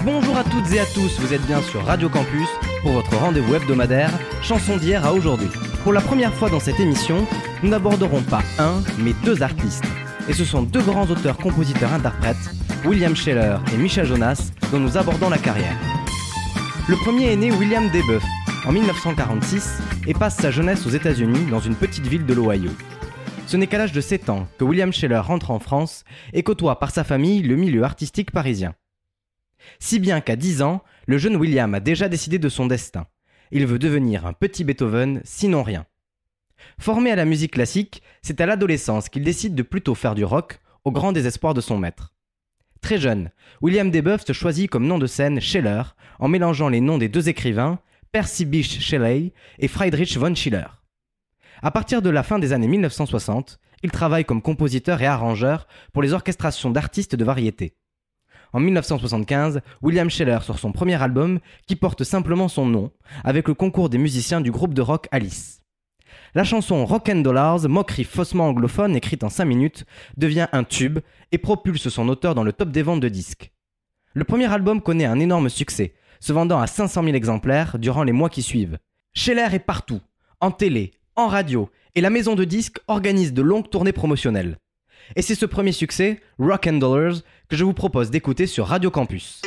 Bonjour à toutes et à tous, vous êtes bien sur Radio Campus pour votre rendez-vous hebdomadaire, chansons d'hier à aujourd'hui. Pour la première fois dans cette émission, nous n'aborderons pas un, mais deux artistes. Et ce sont deux grands auteurs, compositeurs, interprètes, William Sheller et Michel Jonas, dont nous abordons la carrière. Le premier est né William Debeuf en 1946 et passe sa jeunesse aux États-Unis dans une petite ville de l'Ohio. Ce n'est qu'à l'âge de 7 ans que William Sheller rentre en France et côtoie par sa famille le milieu artistique parisien. Si bien qu'à 10 ans, le jeune William a déjà décidé de son destin. Il veut devenir un petit Beethoven, sinon rien. Formé à la musique classique, c'est à l'adolescence qu'il décide de plutôt faire du rock, au grand désespoir de son maître. Très jeune, William Debeuf se choisit comme nom de scène Sheller, en mélangeant les noms des deux écrivains, Percy Bysshe Shelley et Friedrich von Schiller. À partir de la fin des années 1960, il travaille comme compositeur et arrangeur pour les orchestrations d'artistes de variété. En 1975, William Sheller sort son premier album qui porte simplement son nom, avec le concours des musiciens du groupe de rock Alice. La chanson Rock and Dollars, moquerie faussement anglophone écrite en 5 minutes, devient un tube et propulse son auteur dans le top des ventes de disques. Le premier album connaît un énorme succès, se vendant à 500 000 exemplaires durant les mois qui suivent. Sheller est partout, en télé, en radio, et la maison de disques organise de longues tournées promotionnelles. Et c'est ce premier succès, Rock and Dollars, que je vous propose d'écouter sur Radio Campus.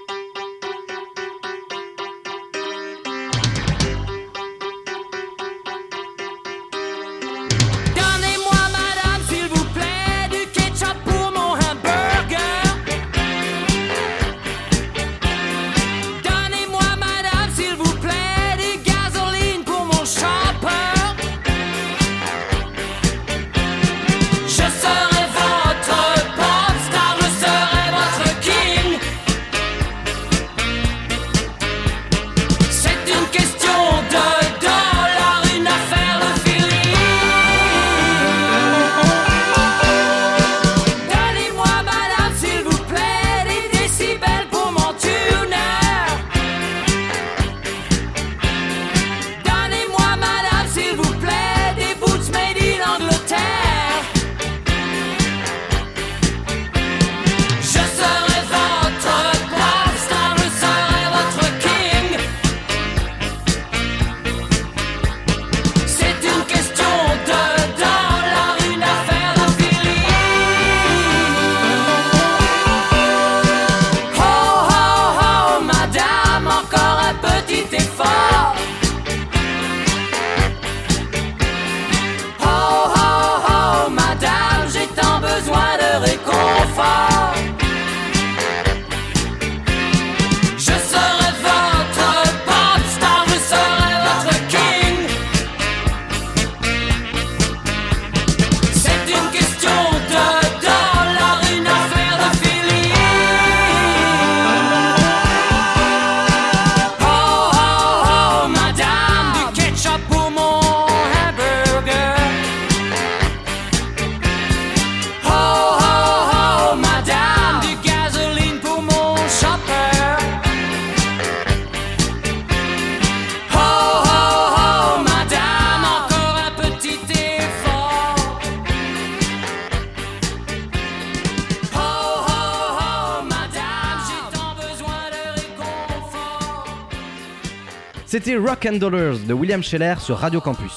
C'était Rock and Dollars de William Sheller sur Radio Campus.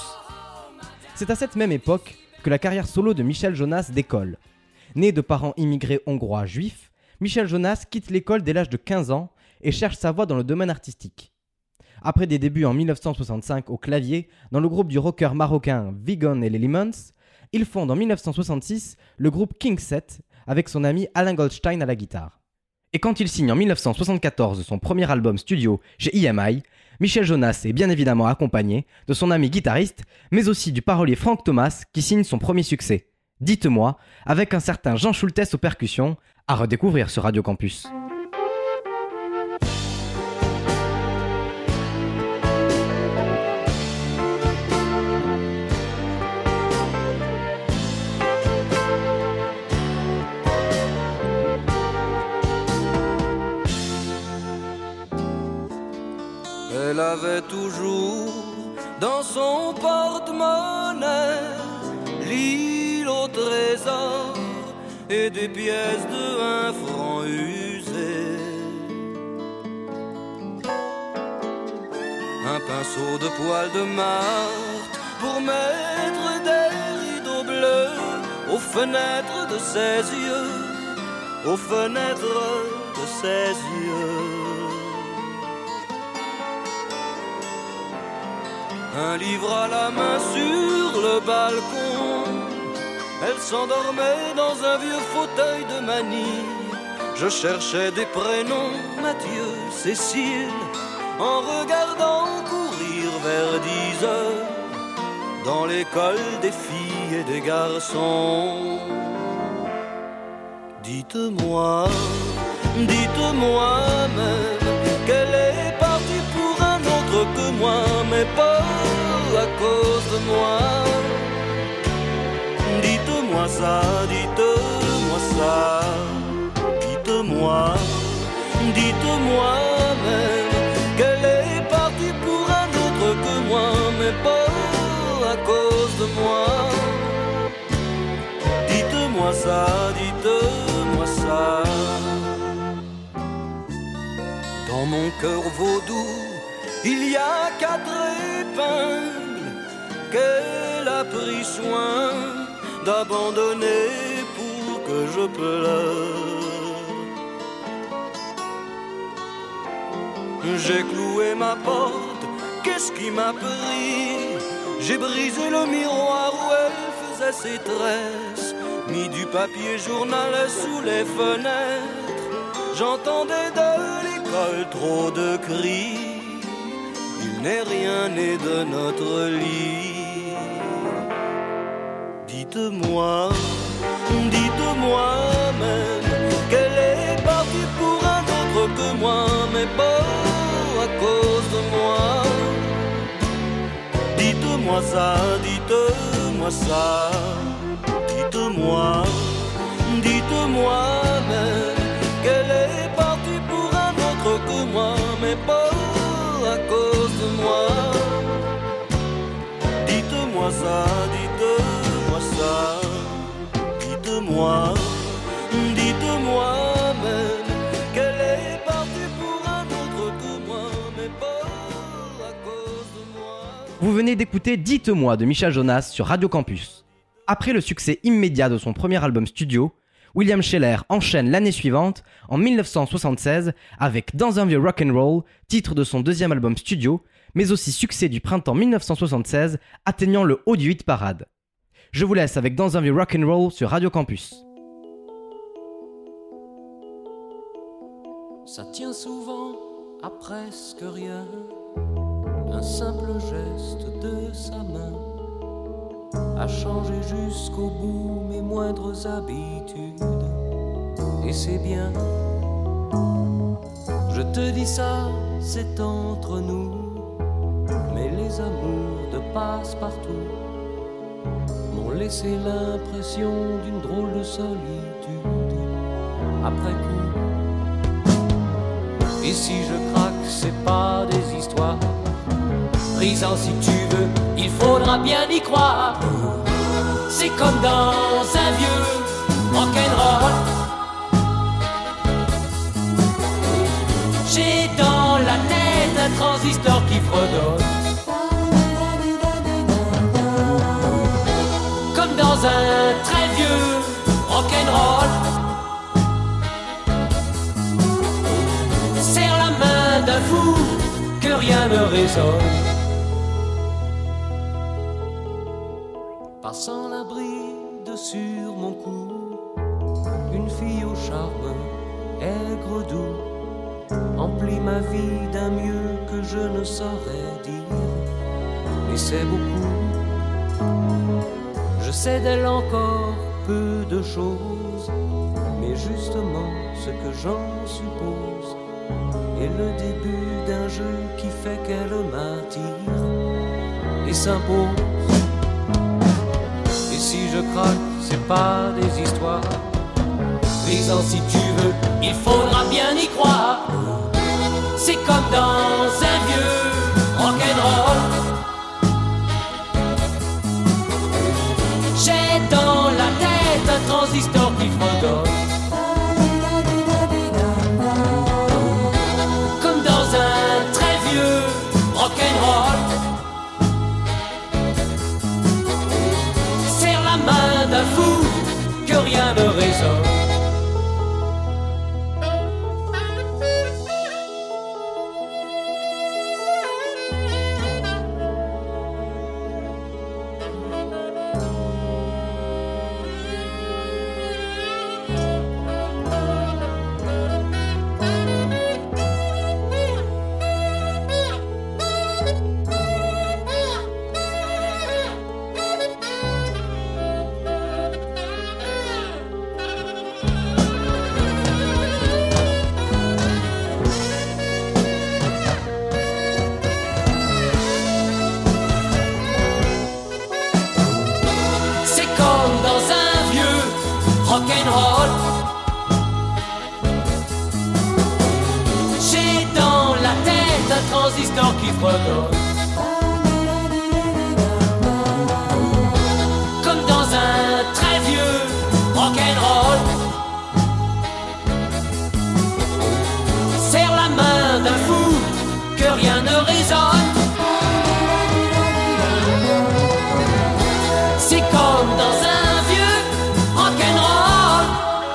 C'est à cette même époque que la carrière solo de Michel Jonas décolle. Né de parents immigrés hongrois juifs, Michel Jonas quitte l'école dès l'âge de 15 ans et cherche sa voie dans le domaine artistique. Après des débuts en 1965 au clavier dans le groupe du rocker marocain Vigon et les Lemons, il fonde en 1966 le groupe King Set avec son ami Alain Goldstein à la guitare. Et quand il signe en 1974 son premier album studio chez EMI, Michel Jonas est bien évidemment accompagné de son ami guitariste, mais aussi du parolier Frank Thomas qui signe son premier succès, Dites-moi, avec un certain Jean Schultes aux percussions, à redécouvrir sur Radio Campus. Elle avait toujours dans son porte-monnaie l'île au trésor et des pièces de 1 franc usées. seau de poil de Marthe pour mettre des rideaux bleus aux fenêtres de ses yeux, aux fenêtres de ses yeux. Un livre à la main sur le balcon, elle s'endormait dans un vieux fauteuil de manille. Je cherchais des prénoms, Mathieu, Cécile, en regardant courir vers 10 heures dans l'école des filles et des garçons. Dites-moi, dites-moi même qu'elle est partie pour un autre que moi, mais pas à cause de moi. Dites-moi ça, dites-moi ça. Dites-moi, dites-moi même qu'elle est partie pour un autre que moi, mais pas à cause de moi. Dites-moi ça, dites-moi ça. Dans mon cœur vaudou, il y a 4 épingles qu'elle a pris soin d'abandonner pour que je pleure. J'ai cloué ma porte, qu'est-ce qui m'a pris? J'ai brisé le miroir où elle faisait ses tresses, mis du papier journal sous les fenêtres. J'entendais de l'école trop de cris, il n'est rien né de notre lit. Dites-moi, dites-moi même qu'elle est partie pour un autre que moi, mais pas à cause de moi. Dites-moi ça, dites-moi ça. Dites-moi, dites-moi même qu'elle est partie pour un autre que moi, mais pas à cause de moi. Dites-moi ça, dites-moi ça. Dites-moi, dites-moi même qu'elle est partie pour un autre que moi, mais pas à cause de moi. Vous venez d'écouter Dites-moi de Michel Jonas sur Radio Campus. Après le succès immédiat de son premier album studio, William Sheller enchaîne l'année suivante, en 1976, avec Dans un vieux rock'n'roll, titre de son deuxième album studio, mais aussi succès du printemps 1976, atteignant le haut du hit parade. Je vous laisse avec Dans un vieux rock'n'roll sur Radio Campus. Ça tient souvent à presque rien, un simple geste de sa main a changé jusqu'au bout mes moindres habitudes. Et c'est bien, je te dis ça, c'est entre nous, mais les amours de passe-partout m'ont laissé l'impression d'une drôle de solitude après coup. Et si je craque, c'est pas des histoires. Brisant si tu veux, il faudra bien y croire. C'est comme dans un vieux rock'n'roll. J'ai dans la tête un transistor qui fredonne. Comme dans un très vieux rock'n'roll. Serre la main d'un fou que rien ne résonne. Passant la bride sur mon cou, une fille au charme aigre doux emplit ma vie d'un mieux que je ne saurais dire. Et c'est beaucoup. Je sais d'elle encore peu de choses, mais justement ce que j'en suppose est le début d'un jeu qui fait qu'elle m'attire et s'impose. Si je craque, c'est pas des histoires. Brisant si tu veux, il faudra bien y croire. C'est comme dans un vieux rock'n'roll. J'ai dans la tête un transistor qui fredonne. Comme dans un très vieux rock'n'roll. d'un transistor qui fredonne. Comme dans un très vieux rock'n'roll. Serre la main d'un fou que rien ne résonne. C'est comme dans un vieux rock'n'roll.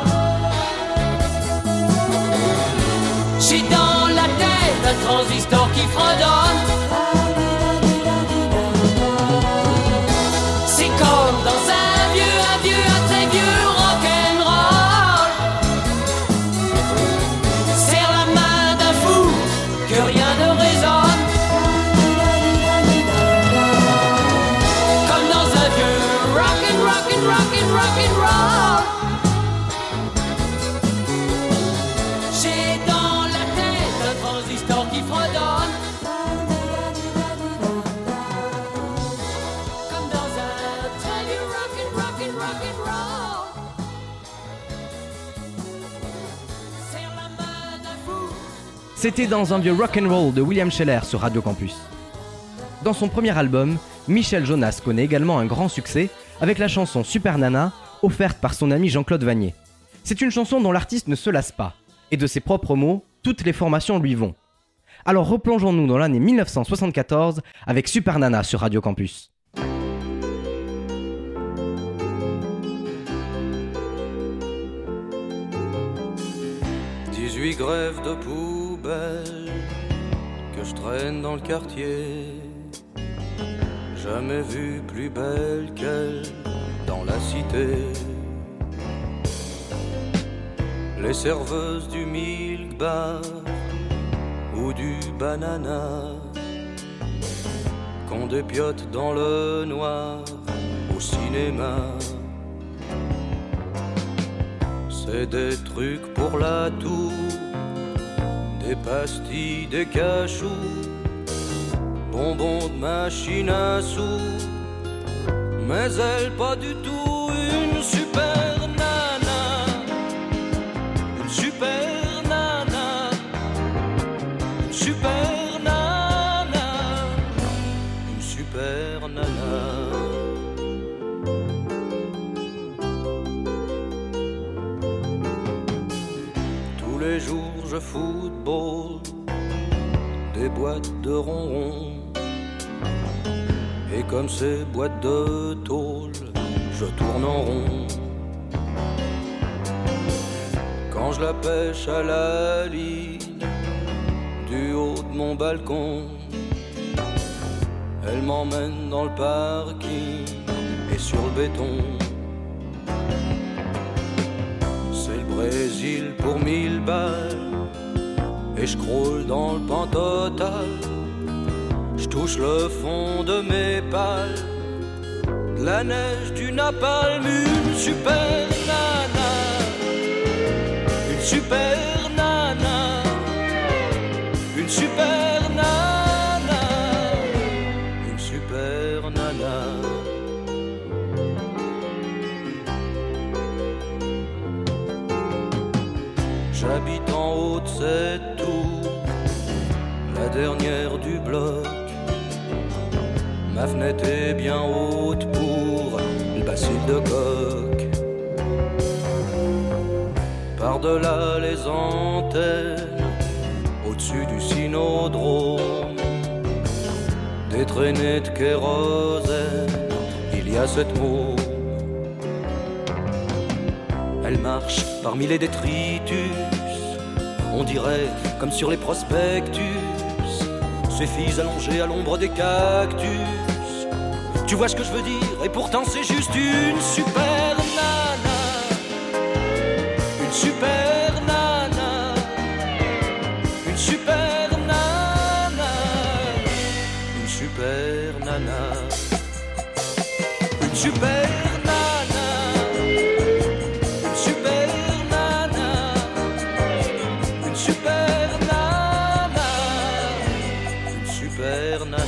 J'ai dans la tête un transistor qui fredonne. C'est comme dans un très vieux rock'n'roll. Serre la main d'un fou que rien ne résonne. Comme dans un vieux rock'n'roll. J'ai dans la tête un transistor qui fredonne. Comme dans un très vieux rock'n'roll. Serre la main d'un fou. C'était dans un vieux rock'n'roll de William Sheller sur Radio Campus. Dans son premier album, Michel Jonas connaît également un grand succès avec la chanson Super Nana, offerte par son ami Jean-Claude Vannier. C'est une chanson dont l'artiste ne se lasse pas, et de ses propres mots, toutes les formations lui vont. Alors replongeons-nous dans l'année 1974 avec Super Nana sur Radio Campus. 18 grèves de poubelle que je traîne dans le quartier. Jamais vu plus belle qu'elle dans la cité. Les serveuses du milk bar ou du banana qu'on dépiote dans le noir au cinéma. C'est des trucs pour la toux, des pastilles, des cachous, bonbons de machine à sous. Mais elle pas du tout une super nana, une super nana, une super nana, une super nana. Tous les jours je football des boîtes de ronron. Et comme ces boîtes de tôle, je tourne en rond. Quand je la pêche à la ligne, du haut de mon balcon, elle m'emmène dans le parking et sur le béton. C'est le Brésil pour 1000 balles, et je croule dans le pan total. Je touche le fond de mes pales, de la neige, du napalm, une super nana, une super nana, une super nana, une super nana. J'habite en haut de cette tour, la dernière du bloc. Ma fenêtre est bien haute pour le bacille de coq. Par-delà les antennes, au-dessus du cynodrome, des traînées de kérosène, il y a cette môme. Elle marche parmi les détritus, on dirait comme sur les prospectus, ces filles allongées à l'ombre des cactus. Tu vois ce que je veux dire, et pourtant c'est juste une super nana, une super nana, une super nana, une super nana, une super nana, une super nana, une super nana, une super nana.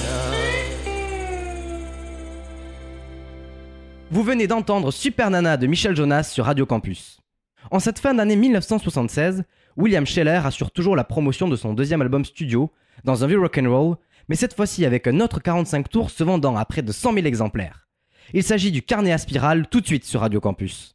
Vous venez d'entendre Super Nana de Michel Jonas sur Radio Campus. En cette fin d'année 1976, William Sheller assure toujours la promotion de son deuxième album studio, dans un vieux rock'n'roll, mais cette fois-ci avec un autre 45 tours se vendant à près de 100 000 exemplaires. Il s'agit du Carnet à spirale, tout de suite sur Radio Campus.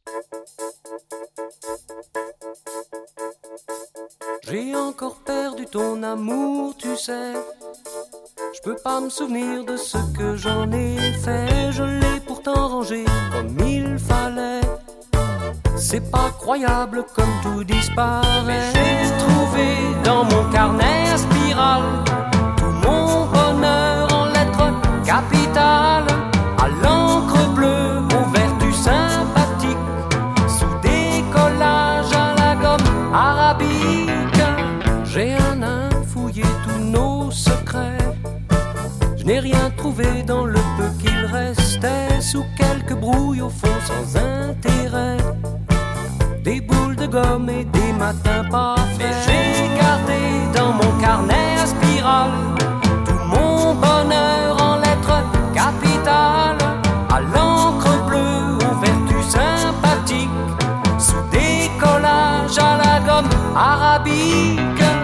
J'ai encore perdu ton amour, tu sais. Je peux pas me souvenir de ce que j'en ai fait. Je l'ai pourtant rangé comme il fallait. C'est pas croyable comme tout disparaît. Mais j'ai trouvé dans mon carnet à spirale tout mon bonheur en lettres capitales, à l'encre bleue, aux vertus sympathiques, sous des collages à la gomme arabique. J'ai un nain fouillé tous nos secrets. Je n'ai rien trouvé dans le peu qu'il restait, sous quelques brouilles au fond sans intérêt. Des boules de gomme et des matins pas faits. Mais j'ai gardé dans mon carnet à spirale tout mon bonheur en lettres capitales, à l'encre bleue, aux vertus sympathiques, sous des collages à la gomme arabique.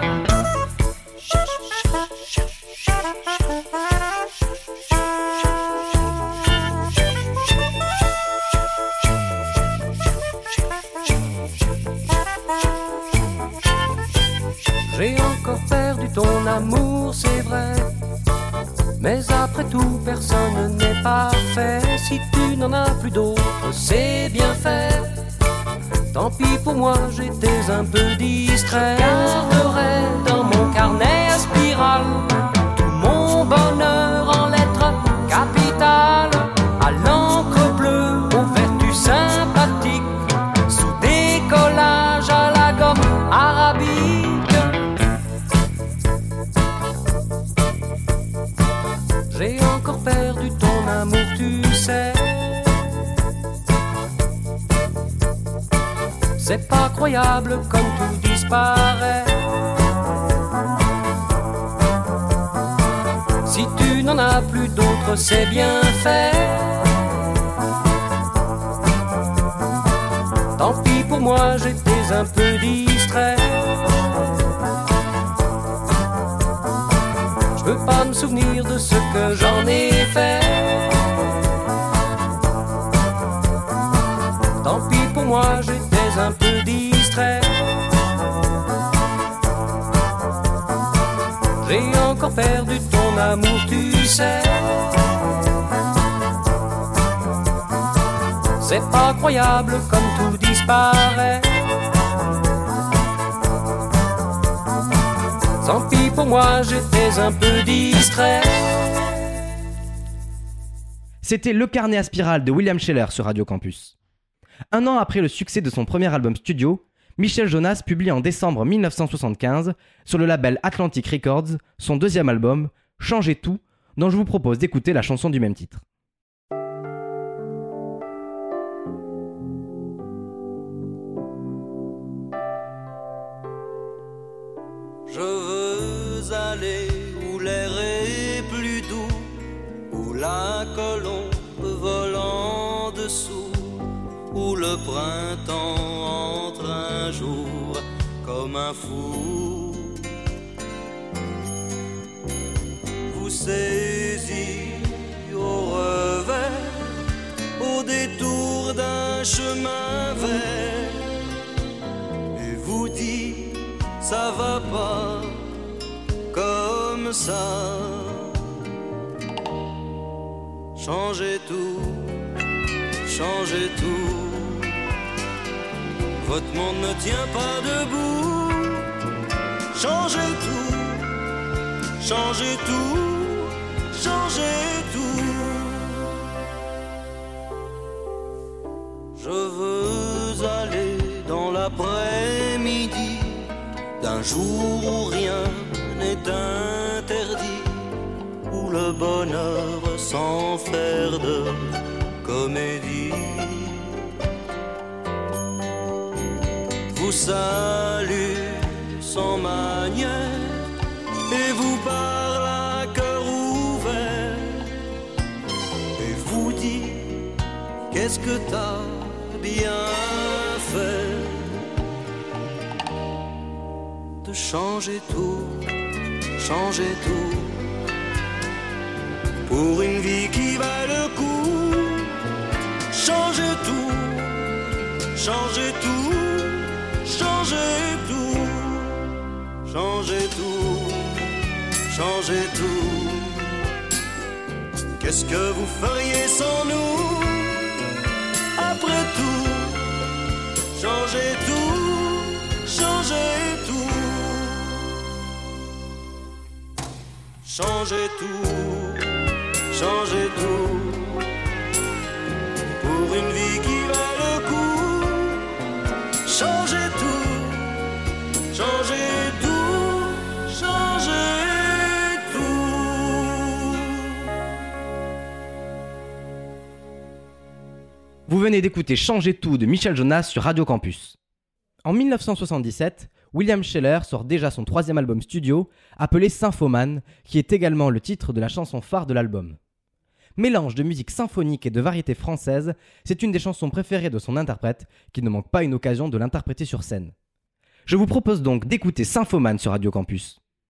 J'ai encore perdu ton amour, c'est vrai. Mais après tout, personne n'est parfait. Si tu n'en as plus d'autres, c'est bien fait. Tant pis pour moi, j'étais un peu distrait. Je garderai dans mon carnet à spirale tout mon bonheur en lettres capitales, à l'encre bleue, aux vertus sympathiques, sous des collages à la gomme arabique. J'ai encore perdu ton amour, tu sais. C'est pas croyable comme tout disparaît. Si tu n'en as plus d'autres, c'est bien fait. Tant pis pour moi, j'étais un peu distrait. Je veux pas me souvenir de ce que j'en ai fait. Tant pis pour moi, j'étais un peu distrait. J'ai encore perdu ton amour, tu sais. C'est pas croyable comme tout disparaît. Tant pis pour moi, j'étais un peu distrait. C'était Le Carnet à spirale de William Sheller sur Radio Campus. Un an après le succès de son premier album studio, Michel Jonas publie en décembre 1975 sur le label Atlantic Records son deuxième album, Changer tout, dont je vous propose d'écouter la chanson du même titre. Je veux aller où l'air est plus doux, où la colombe vole en dessous, où le printemps entre un jour comme un fou. Vous saisir au revers, au détour d'un chemin vert, et vous dire ça va pas comme ça. Changez tout, changez tout. Votre monde ne tient pas debout. Changez tout, changez tout, changez tout. Je veux aller dans l'après-midi d'un jour où rien n'est interdit, où le bonheur sans faire de comédie vous salue sans manière et vous parle à cœur ouvert et vous dit qu'est-ce que t'as bien fait. Changez tout, changez tout, pour une vie qui va le coup. Changez tout, changez tout, changez tout, changez tout, changez tout. Qu'est-ce que vous feriez sans nous? Après tout, changez tout, changez tout. Changez tout, changez tout, pour une vie qui va le coup. Changez tout, changez tout, changez tout. Vous venez d'écouter Changer tout de Michel Jonas sur Radio Campus. En 1977, William Sheller sort déjà son 3e album studio, appelé Symphomane, qui est également le titre de la chanson phare de l'album. Mélange de musique symphonique et de variété française, c'est une des chansons préférées de son interprète, qui ne manque pas une occasion de l'interpréter sur scène. Je vous propose donc d'écouter Symphomane sur Radio Campus.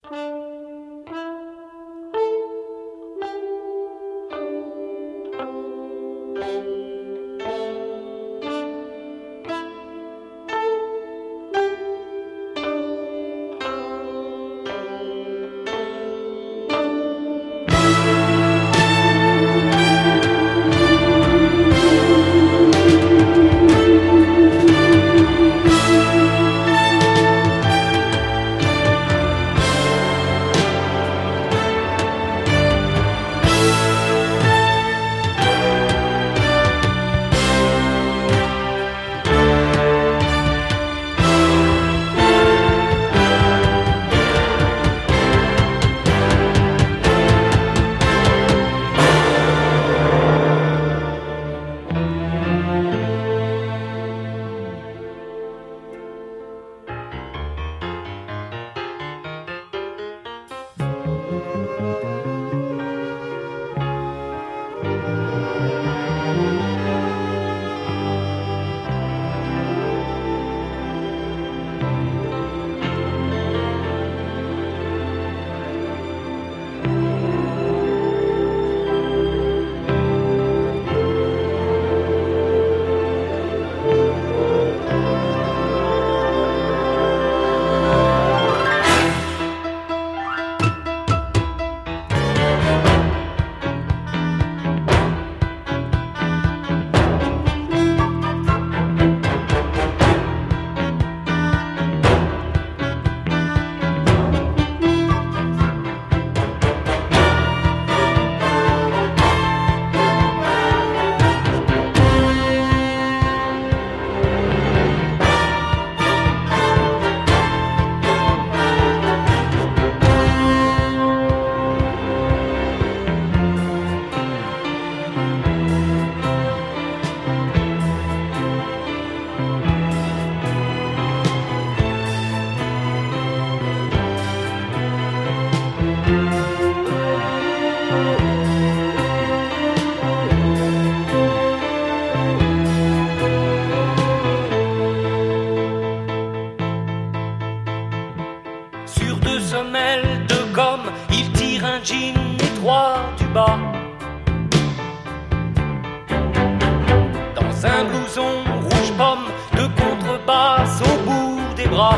Dans un blouson rouge pomme de contrebasse au bout des bras.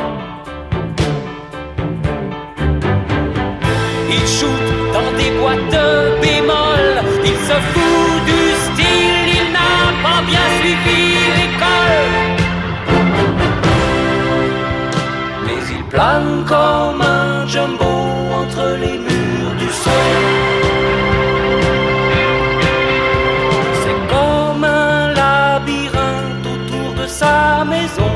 Il shoot dans des boîtes de bémol, il se fout du style, il n'a pas bien suivi l'école. Mais il plane comme un jumbo entre les murs du sol. C'est comme un labyrinthe autour de sa maison.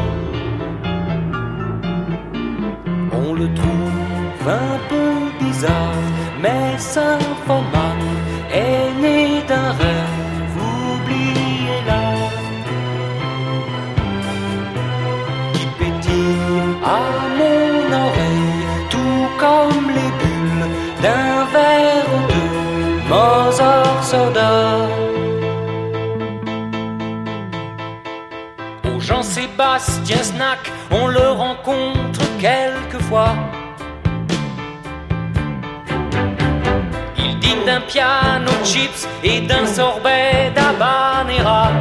On le trouve un peu bizarre, mais Symphomane est né d'un rêve, oubliez-la, qui pétille à mon oreille, tout comme les bulles d'un verre de Mozart soda. Au Jean-Sébastien Snack, on le rencontre quelquefois. d'un piano chips et d'un sorbet d'habanera.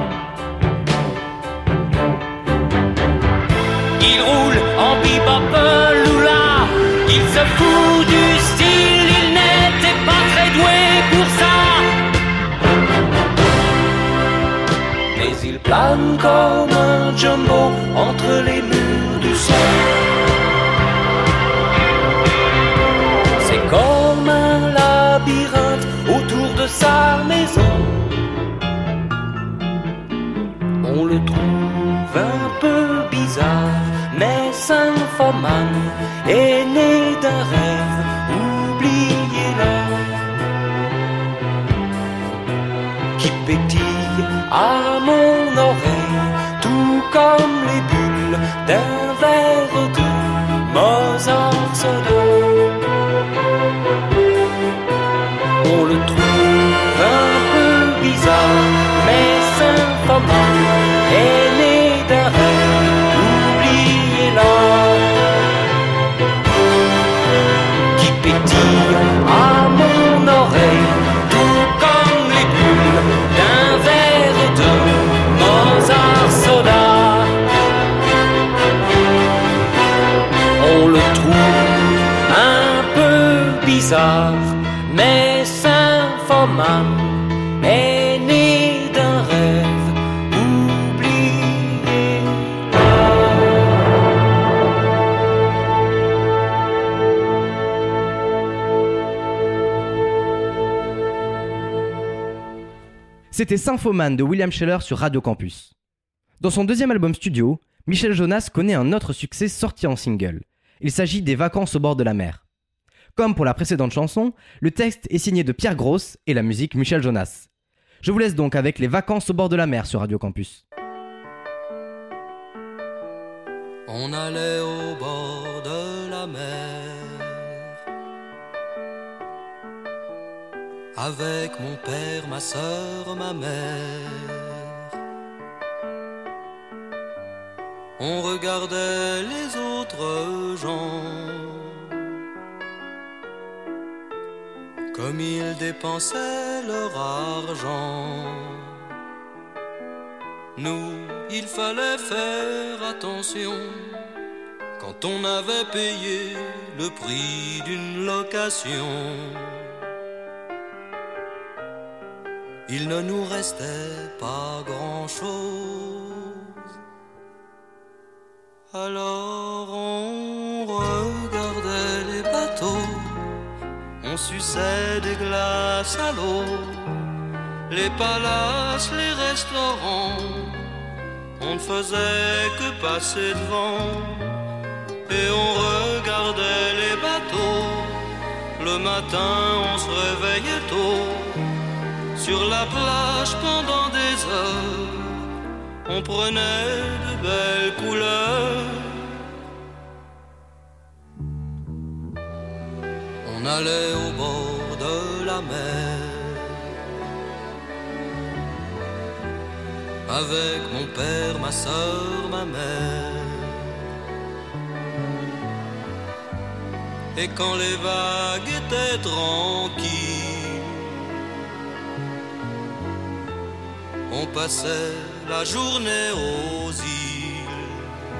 Il roule en bebop lula, il se fout du style, il n'était pas très doué pour ça. Mais il plane comme un jumbo entre les murs du son. C'est comme un labyrinthe autour de sa maison. On le trouve un peu bizarre, mais symphomane, est né d'un rêve, oubliez-le, qui pétille à mon oreille, tout comme les bulles d'un verre de Mozart solo. On le trouve un peu bizarre, mais symphomane, est né d'un rêve, oubliez-le, qui pétille à mon oreille, tout comme les bulles d'un verre de Mozart soda. On le trouve un peu bizarre, mais symphomane, est né d'un rêve, oublié. C'était Symphomane de William Sheller sur Radio Campus. Dans son deuxième album studio, Michel Jonas connaît un autre succès sorti en single. Il s'agit des Vacances au bord de la mer. Comme pour la précédente chanson, le texte est signé de Pierre Gross et la musique Michel Jonas. Je vous laisse donc avec les Vacances au bord de la mer sur Radio Campus. On allait au bord de la mer avec mon père, ma sœur, ma mère. On regardait les autres gens comme ils dépensaient leur argent. Nous, il fallait faire attention quand on avait payé le prix d'une location. Il ne nous restait pas grand-chose. Alors on regardait les bateaux, on suçait des glaces à l'eau, les palaces, les restaurants, on ne faisait que passer devant. Et on regardait les bateaux, le matin on se réveillait tôt, sur la plage pendant des heures, on prenait de belles couleurs. On allait au bord de la mer avec mon père, ma sœur, ma mère. Et quand les vagues étaient tranquilles, on passait la journée aux îles.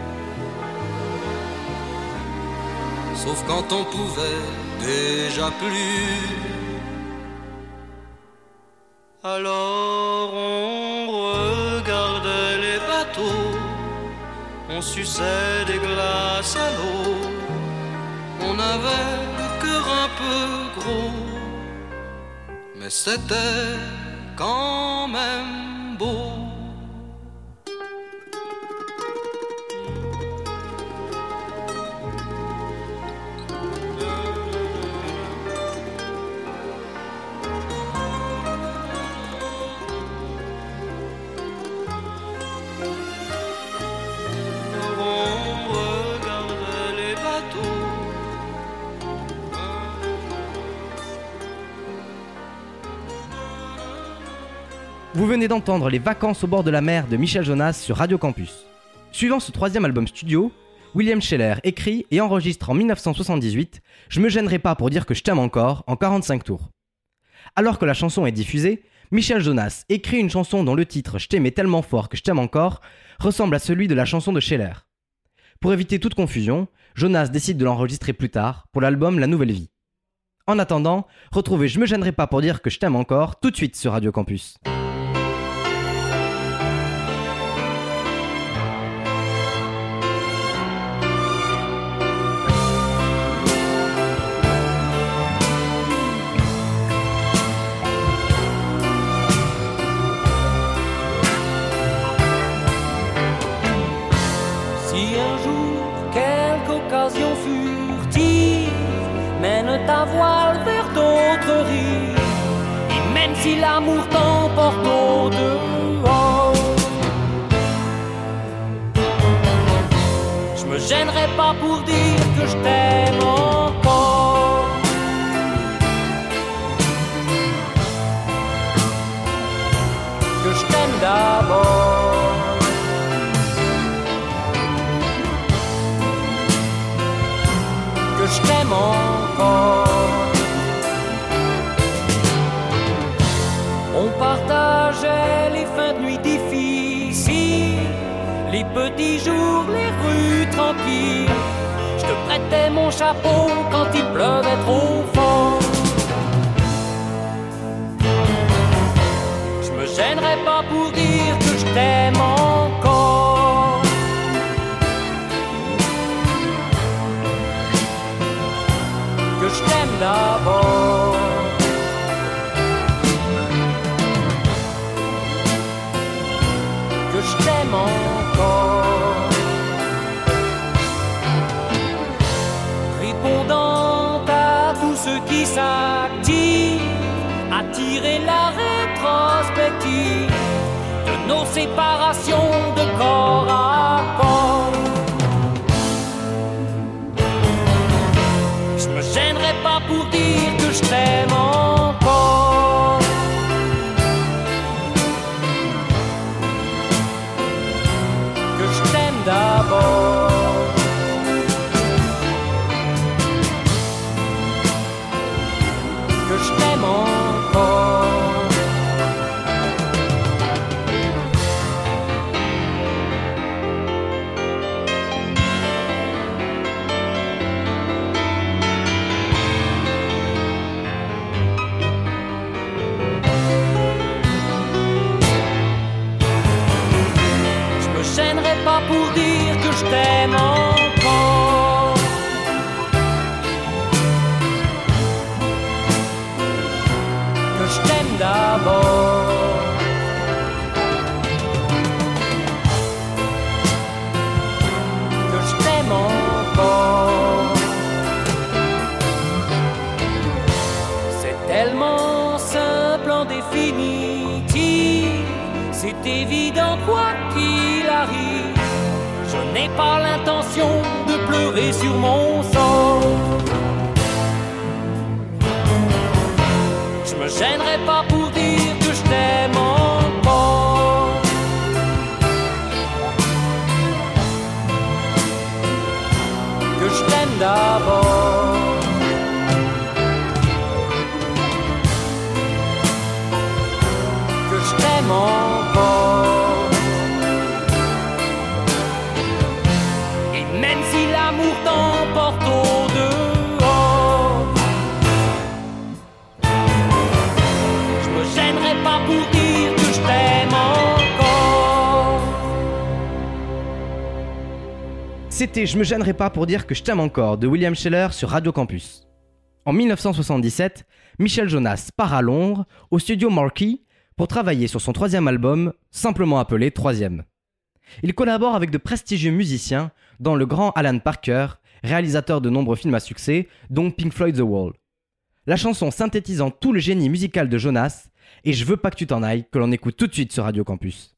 Sauf quand on pouvait déjà plus. Alors on regardait les bateaux, on suçait des glaces à l'eau. On avait le cœur un peu gros, mais c'était quand même beau. Vous venez d'entendre les Vacances au bord de la mer de Michel Jonas sur Radio Campus. Suivant ce troisième album studio, William Sheller écrit et enregistre en 1978 « Je me gênerai pas pour dire que je t'aime encore » en 45 tours. Alors que la chanson est diffusée, Michel Jonas écrit une chanson dont le titre « Je t'aimais tellement fort que je t'aime encore » ressemble à celui de la chanson de Scheller. Pour éviter toute confusion, Jonas décide de l'enregistrer plus tard pour l'album La Nouvelle Vie. En attendant, retrouvez Je me gênerai pas pour dire que je t'aime encore tout de suite sur Radio Campus. Mène ta voile vers d'autres rives, et même si l'amour t'emporte au-dehors, je me gênerai pas pour dire que je t'aime encore, que je t'aime d'abord. Je t'aime encore. On partageait les fins de nuit difficiles, les petits jours, les rues tranquilles. Je te prêtais mon chapeau quand il pleuvait trop fort. Je me gênerai pas pour dire que je t'aime encore, que je t'aime d'abord, que je t'aime encore. Répondant à tous ceux qui s'activent, attirer la rétrospective de nos séparations de corps à corps. Je me gênerai pas pour dire que je t'aime encore, que je t'aime d'abord, que je t'aime encore. Je gênerai pas pour dire que je t'aime encore, que je t'aime d'abord, que je t'aime encore. C'est tellement simple en définitive, c'est évident quoi qu'il arrive. Je n'ai pas l'intention de pleurer sur mon sort. Je me gênerai pas pour dire que je t'aime encore, que je t'aime d'abord, que je t'aime encore. L'amour t'emporte au-dehors, je me gênerai pas pour dire que je t'aime encore. C'était Je me gênerai pas pour dire que je t'aime encore de William Scheller sur Radio Campus. En 1977, Michel Jonas part à Londres, au studio Marquee, pour travailler sur son troisième album, simplement appelé Troisième. Il collabore avec de prestigieux musiciens, dont le grand Alan Parker, réalisateur de nombreux films à succès, dont Pink Floyd The Wall. La chanson synthétisant tout le génie musical de Jonas, et Je veux pas que tu t'en ailles, que l'on écoute tout de suite sur Radio Campus.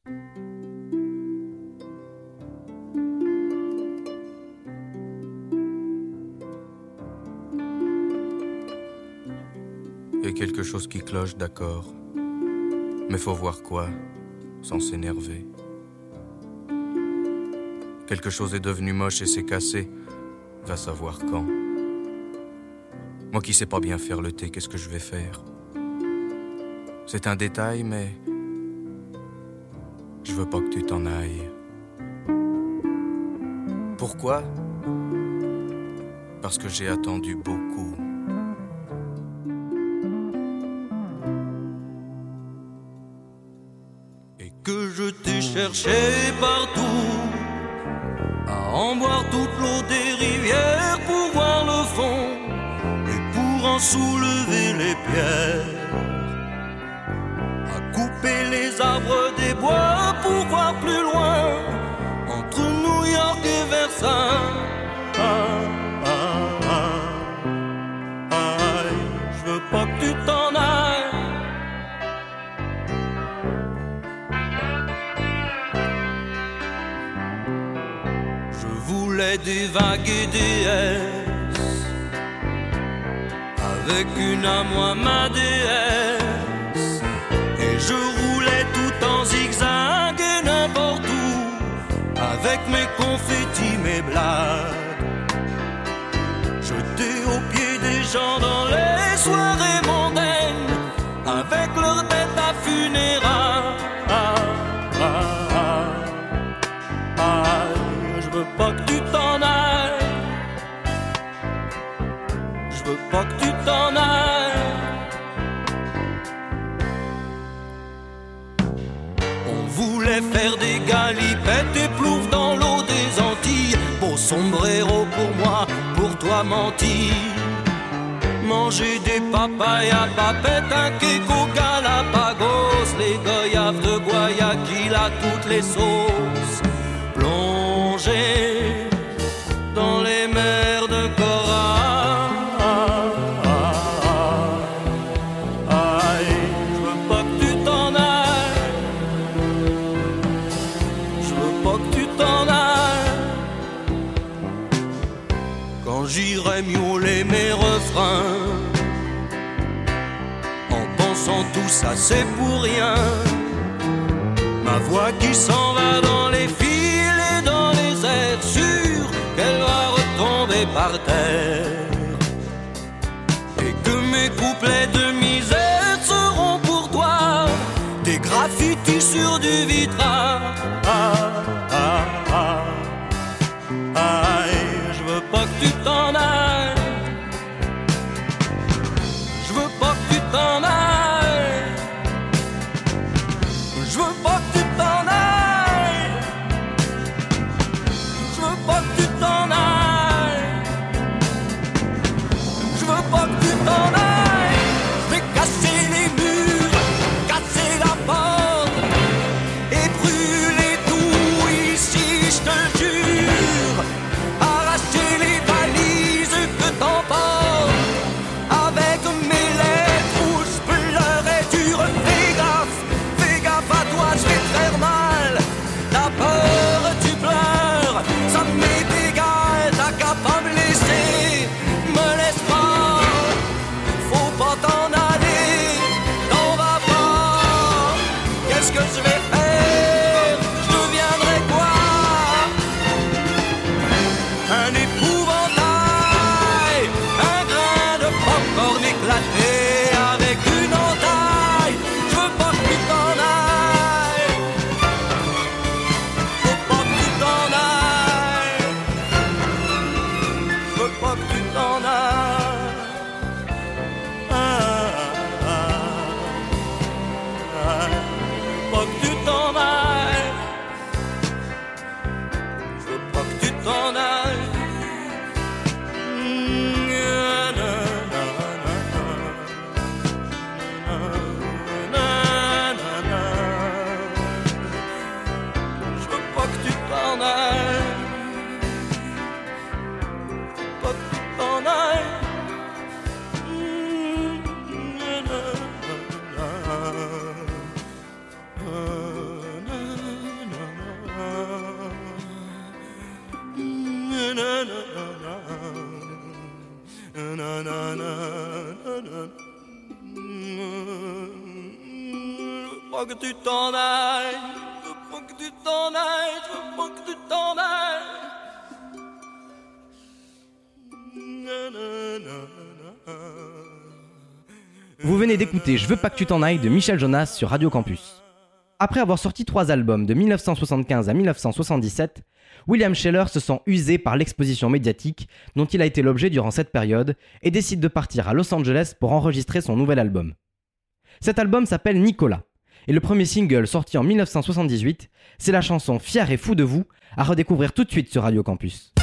Il y a quelque chose qui cloche, d'accord. Mais faut voir quoi, sans s'énerver. Quelque chose est devenu moche et s'est cassé. Va savoir quand. Moi qui sais pas bien faire le thé, qu'est-ce que je vais faire? C'est un détail, mais je veux pas que tu t'en ailles. Pourquoi ? Parce que j'ai attendu beaucoup. Et que je t'ai cherché partout, à en boire toute l'eau des rivières pour voir le fond et pour en soulever les pierres, à couper les arbres des bois pour voir plus loin entre New York et Versailles. Je veux pas que tu t'en ailles. Je voulais des vagues et des S, avec une à moi ma déesse, et je roulais tout en zigzag et n'importe où, avec mes confettis, mes blagues. Jetés aux pieds des gens dans les soirées mondaines, avec leur tête à funérailles. Je veux pas que tu t'en ailles. Je veux pas que tu t'en ailles. On voulait faire des galipettes et plouf dans l'eau des Antilles. Beau sombrero pour moi, pour toi mentir. Manger des papayes à papettes, un keko Galapagos, les goyaves de Guayaquil à toutes les sauces. Plonger dans les mers de corail. Je veux pas que tu t'en ailles. Je veux pas que tu t'en ailles. Quand j'irai miauler mes refrains, en pensant tout ça c'est pour rien. Ma voix qui s'en va dans les fils et dans les airs, sûre qu'elle va retomber par terre, et que mes couplets de misère seront pour toi des graffitis sur du vitrail. Je veux pas que tu t'en ailles. Je veux pas que tu t'en ailles. Je veux pas que tu t'en ailles. Je veux pas que tu t'en ailles. Je veux pas que tu t'en ailles. Je vais casser les murs, casser la porte et brûler tout ici, je te jure. Arracher les valises que t'emportes avec mes lettres où je pleurais dur. Fais gaffe à toi, je vais te faire mal. La peur, tu pleures, ça m'est égal. T'as qu'à pas me laisser, me laisse pas. Faut pas t'en aller, t'en vas pas. Qu'est-ce que je vais faire? Je deviendrai quoi? Un épouvantail, un grain de popcorn éclaté avec une entaille. Je veux pas que tu t'en ailles. Je veux pas que tu t'en ailles. Je veux pas que tu t'en ailles. Je veux pas que tu t'en ailles. Je veux pas que tu t'en ailles. Je veux pas que tu t'en ailles. Je veux pas que tu t'en ailles. Pas que tu t'en ailles, je veux pas que tu t'en ailles, je veux pas que tu t'en ailles. Vous venez d'écouter Je veux pas que tu t'en ailles de Michel Jonas sur Radio Campus. Après avoir sorti 3 albums de 1975 à 1977, William Sheller se sent usé par l'exposition médiatique dont il a été l'objet durant cette période et décide de partir à Los Angeles pour enregistrer son nouvel album. Cet album s'appelle Nicolas, et le premier single sorti en 1978, c'est la chanson Fier et fou de vous, à redécouvrir tout de suite sur Radio Campus.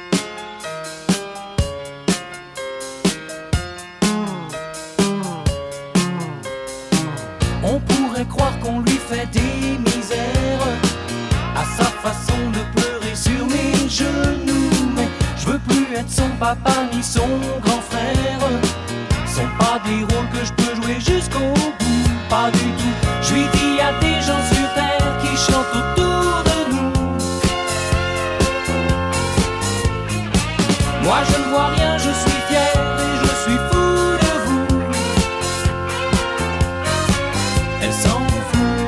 On pourrait croire qu'on lui fait des misères à sa façon de pleurer sur mes genoux, mais je veux plus être son papa ni son grand frère. Sont pas des rôles que je peux jouer jusqu'au bout, pas du tout. Je lui dis y'a des gens sur terre qui chantent autour de nous. Moi je ne vois rien, je suis fier et je suis fou de vous. Elle s'en fout.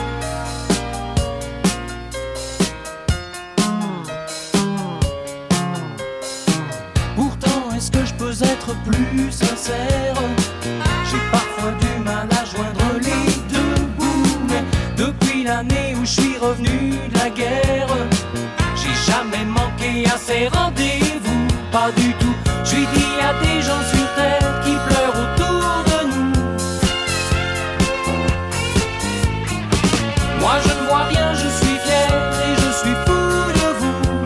Pourtant est-ce que je peux être plus sincère? J'ai parfois du mal à joindre les deux bouts, mais depuis l'année où je suis revenu de la guerre, j'ai jamais manqué à ces rendez-vous, pas du tout. Je lui dis y'a des gens sur terre qui pleurent autour de nous. Moi je ne vois rien, je suis fier et je suis fou de vous.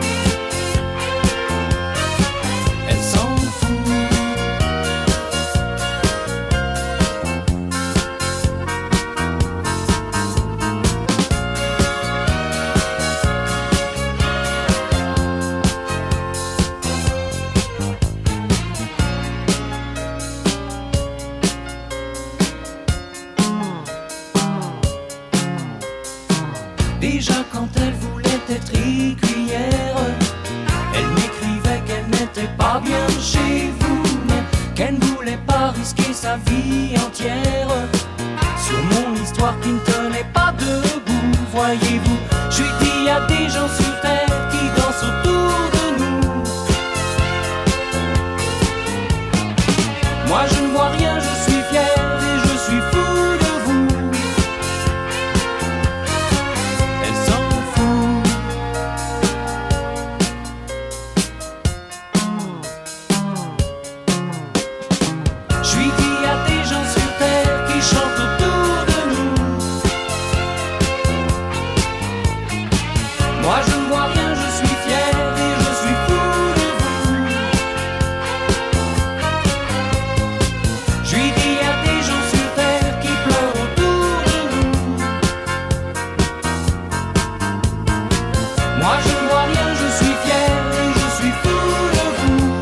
Elle s'en fout. Déjà quand elle voulait être écuyère, elle m'écrivait qu'elle n'était pas bien chez vous, mais qu'elle ne voulait pas risquer sa vie entière sur mon histoire qui ne tenait pas debout, voyez-vous. Je lui dis y'a des gens sur terre qui dansent autour de nous. Moi je ne vois rien, je suis fier et je suis fou de vous. Elle s'en fout. Je lui dis y'a des gens sur terre qui chantent autour de nous. Moi je ne vois rien, je suis fier et je suis fou de vous. Je lui dis y'a des gens sur terre qui pleurent autour de nous. Moi je ne vois rien, je suis fier et je suis fou de vous.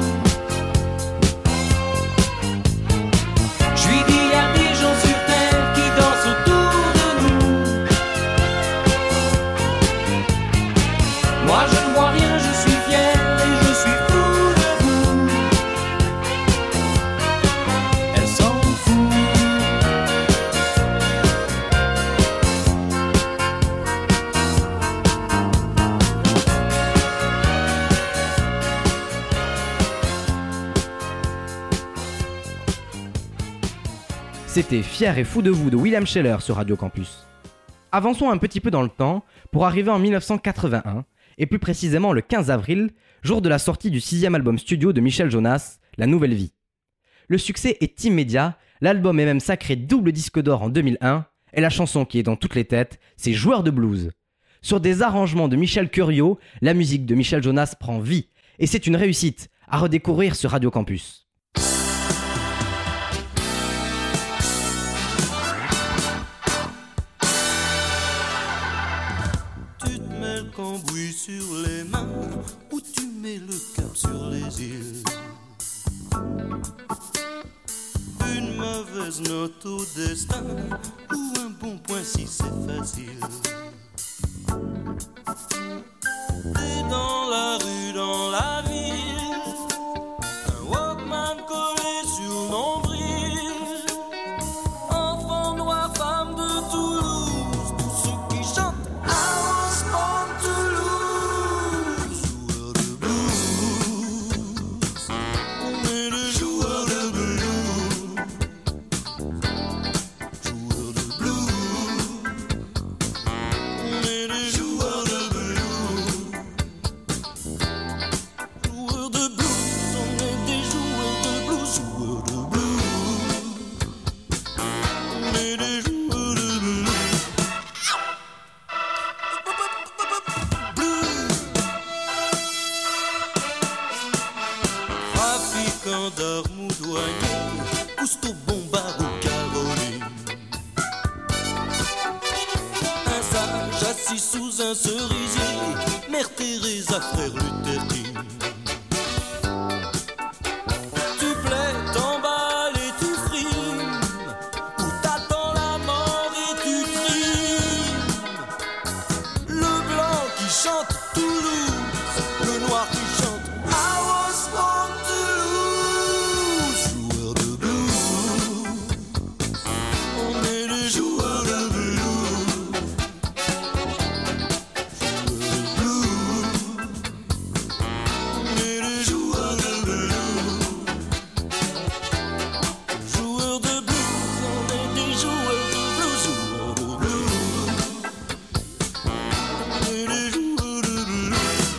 Je lui dis y'a des gens sur terre qui dansent autour de nous. Moi je ne vois rien, je suis fier et je suis fou de vous. Elle s'en fout. C'était Fier et fou de vous de William Sheller sur Radio Campus. Avançons un petit peu dans le temps pour arriver en 1981, et plus précisément le 15 avril, jour de la sortie du 6e album studio de Michel Jonas, La Nouvelle Vie. Le succès est immédiat, l'album est même sacré double disque d'or en 2001, et la chanson qui est dans toutes les têtes, c'est Joueur de blues. Sur des arrangements de Michel Curiot, la musique de Michel Jonas prend vie, et c'est une réussite à redécouvrir sur Radio Campus. Tu te mets le cambouis sur les mains ou tu mets le cap sur les îles. Une mauvaise note au destin ou un bon point si c'est facile. T'es dans la rue, dans la ville, un Walkman collé sur le nombril. Enfant noir, femme de Toulouse, tous ceux qui chantent I was born to lose. Joueur de blues, on est le joueur de blues. Fausto, Bombard ou Caroline. Un sage assis sous un cerisier, Mère Teresa, Frère Luther King. Tu plais, t'emballes et tu frimes, ou t'attends la mort et tu trimes. Le blanc qui chante Toulouse, le noir qui chante I was born to lose. Joueur de blues, on est les joueurs de blues. On est les joueurs de blues. Joueurs de blues, on est des joueurs de blues. Joueurs de blues, on est les joueurs de blues.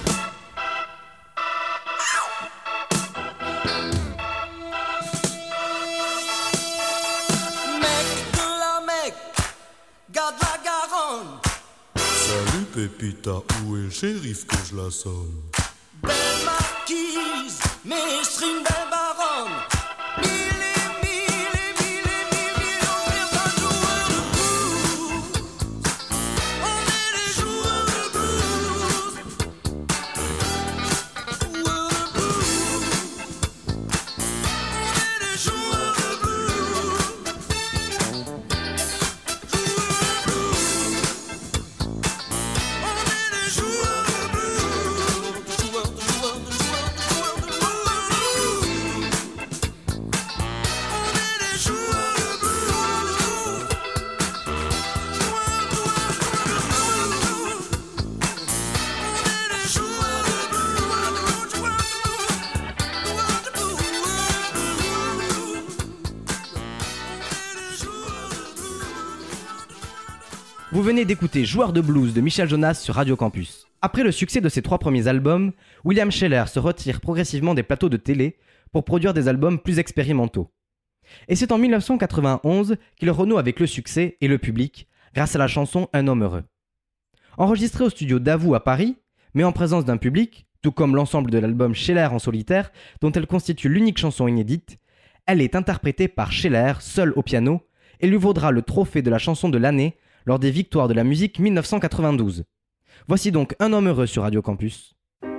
Mec de la Mecque, garde la Garonne. Salut Pépita, où est le shérif que je la sonne? Belle marquise, maestrine, belle baronne. Mille et mille et mille et mille millions de joueurs de blues. On est les joueurs de blues. Joueurs de blues. On est les joueurs de blues. Joueurs de blues. On est les joueurs de blues. Joueurs de joueurs de joueurs de joueurs de blues. On est les joueurs de blues. On est les joueurs de Vous venez d'écouter Joueur de blues de Michel Jonas sur Radio Campus. Après le succès de ses 3 premiers albums, William Sheller se retire progressivement des plateaux de télé pour produire des albums plus expérimentaux. Et c'est en 1991 qu'il renoue avec le succès et le public grâce à la chanson Un homme heureux. Enregistrée au studio Davout à Paris, mais en présence d'un public, tout comme l'ensemble de l'album Sheller en solitaire, dont elle constitue l'unique chanson inédite, elle est interprétée par Sheller seul au piano et lui vaudra le trophée de la chanson de l'année lors des Victoires de la musique 1992. Voici donc Un homme heureux sur Radio Campus.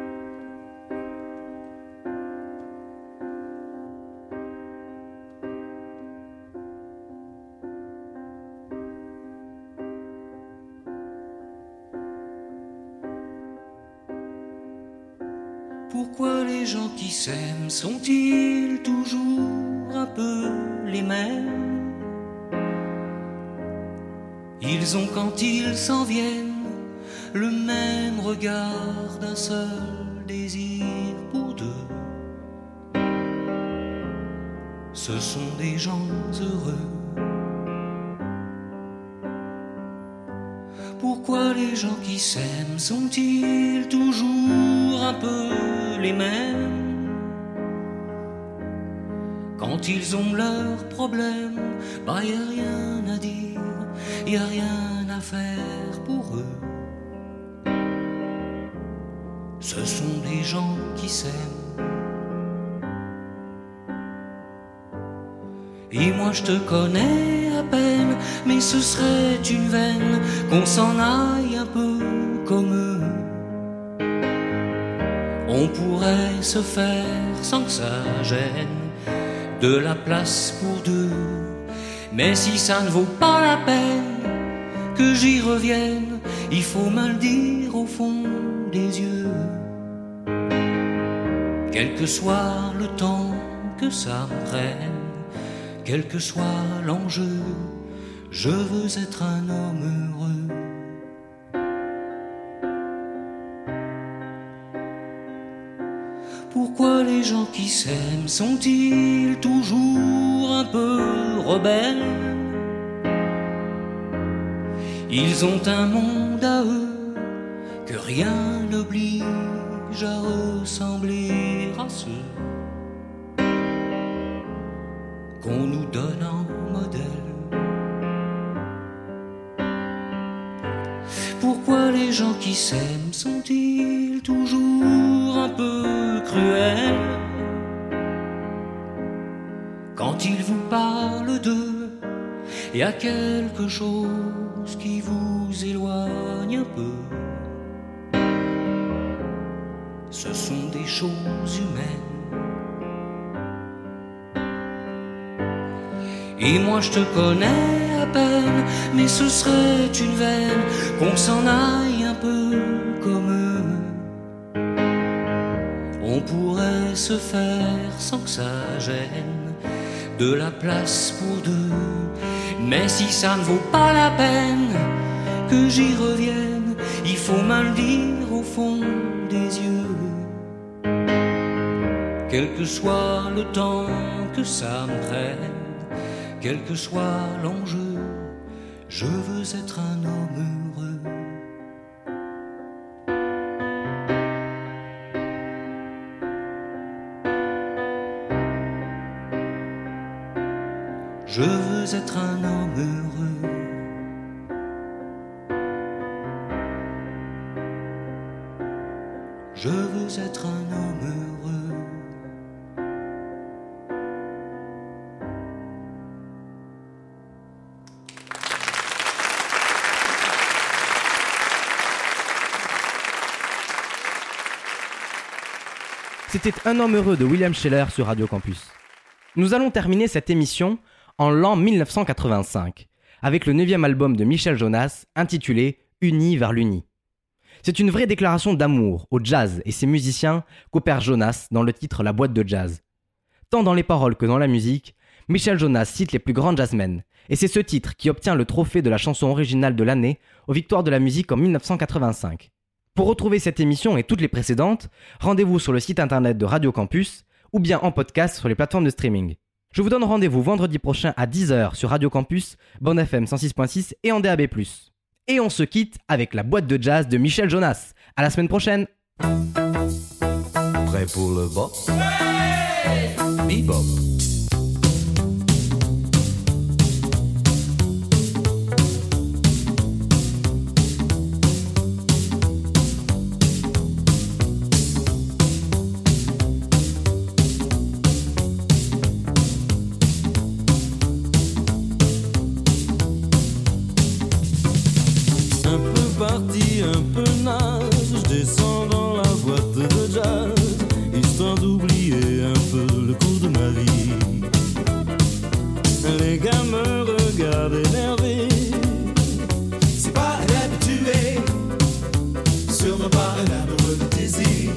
Pourquoi les gens qui s'aiment sont-ils toujours un peu les mêmes? Ils ont quand ils s'en viennent le même regard d'un seul désir pour deux. Ce sont des gens heureux. Pourquoi les gens qui s'aiment sont-ils toujours un peu les mêmes? Quand ils ont leurs problèmes, bah y a rien à dire, y a rien à faire pour eux. Ce sont des gens qui s'aiment. Et moi je te connais à peine, mais ce serait une veine qu'on s'en aille un peu comme eux. On pourrait se faire sans que ça gêne de la place pour deux. Mais si ça ne vaut pas la peine que j'y revienne, il faut me le dire au fond des yeux. Quel que soit le temps que ça me prenne, quel que soit l'enjeu, je veux être un homme heureux. Pourquoi les gens qui s'aiment sont-ils toujours un peu rebelles? Ils ont un monde à eux que rien n'oblige à ressembler à ceux qu'on nous donne en modèle. Pourquoi les gens qui s'aiment sont-ils toujours un peu cruels? Quand quand il vous parle d'eux, il y a quelque chose qui vous éloigne un peu. Ce sont des choses humaines. Et moi je te connais à peine, mais ce serait une veine qu'on s'en aille un peu comme eux. On pourrait se faire sans que ça gêne de la place pour deux. Mais si ça ne vaut pas la peine que j'y revienne, il faut me le dire au fond des yeux. Quel que soit le temps que ça me prenne, quel que soit l'enjeu, je veux être un homme heureux. Je veux être un homme heureux. Je veux être un homme heureux. C'était Un homme heureux de William Scheller sur Radio Campus. Nous allons terminer cette émission en l'an 1985, avec le 9e album de Michel Jonas, intitulé « Unis vers l'Uni ». C'est une vraie déclaration d'amour au jazz et ses musiciens qu'opère Jonas dans le titre « La boîte de jazz ». Tant dans les paroles que dans la musique, Michel Jonas cite les plus grands jazzmen, et c'est ce titre qui obtient le trophée de la chanson originale de l'année aux Victoires de la musique en 1985. Pour retrouver cette émission et toutes les précédentes, rendez-vous sur le site internet de Radio Campus ou bien en podcast sur les plateformes de streaming. Je vous donne rendez-vous vendredi prochain à 10h sur Radio Campus, bande FM 106.6 et en DAB+. Et on se quitte avec la boîte de jazz de Michel Jonas. À la semaine prochaine. Prêt pour le bop? Bebop. Parti un peu naze, je descends dans la boîte de jazz, histoire d'oublier un peu le cours de ma vie. Les gars me regardent énervés, c'est pas habitué, sûrement pas un amoureux de désir.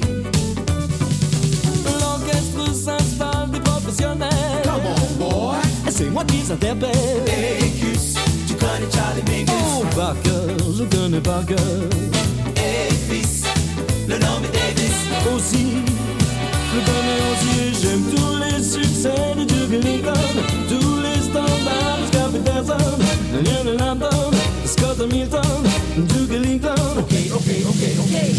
L'orchestre s'installe des professionnels, come on boy, c'est moi qui s'interpelle. Hey Gus, tu connais Charlie Mingus? Oh Barker, je connais Barker. Hey fils, le nom est Davis. Aussi, je connais aussi et j'aime tous les succès de Duke Ellington, tous les standards de Scott Peterson, Lionel Hampton, Scott Hamilton, Duke Ellington. Ok.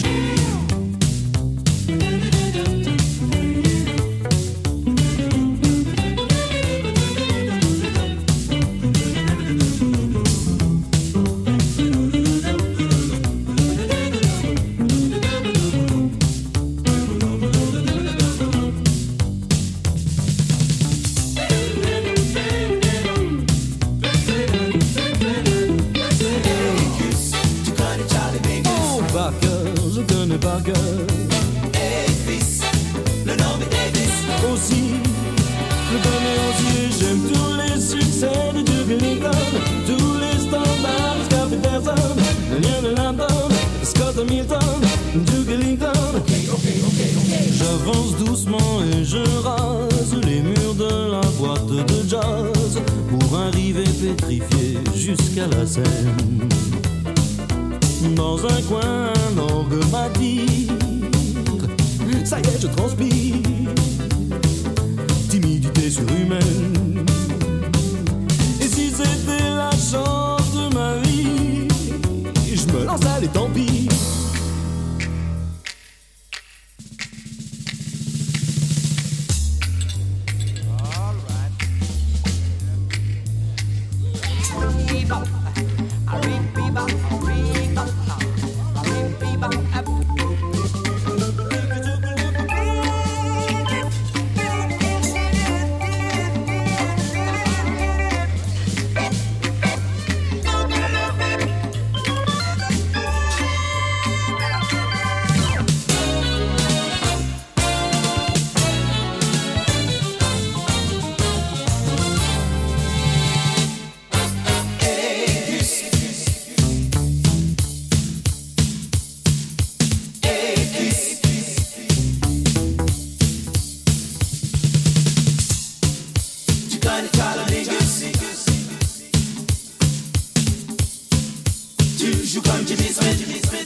Barker. Hey fils, le nom est Davis. Aussi, je connais aussi et j'aime tous les succès de Duke Ellington, tous les standards de Scott Peterson, Lionel Hampton, Scott Hamilton, Duke Ellington. Ok. J'avance doucement et je rase les murs de la boîte de jazz pour arriver pétrifié jusqu'à la scène. Dans un coin, un orgue m'attire. Ça y est, je transpire. Timidité surhumaine. Et si c'était la chance de ma vie, je me lance, allez, tant pis. Tu joues comme Jimmy Smith.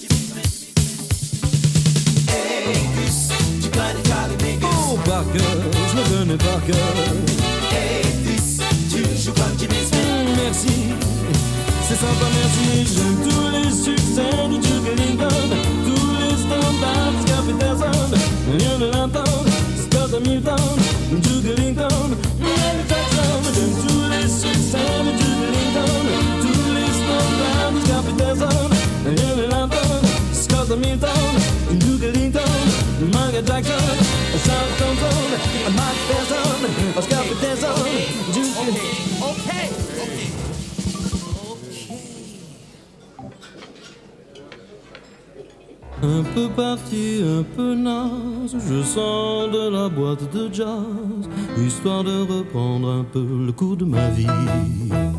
Hey, Gus, tu connais Charlie Mingus. Oh, par cœur, je le connais par cœur. Hey, fils, tu joues comme Jimmy Smith. Merci, c'est sympa, merci. J'aime tous les succès du Duke Ellington, tous les standards de Scott Peterson. Rien de l'entendre, Scott Hamilton, Duke Ellington, Michael Jackson. J'aime tous les succès du Duke Ellington, tous les standards de Scott Peterson. Rien de l'entendre, Scott Hamilton, Duke Ellington, Michael Jackson, Charles Thompson, Mike Tyson, Scott Peterson, Duke. Okay. Un peu parti, un peu naze, je sors de la boîte de jazz, histoire de reprendre un peu le cours de ma vie.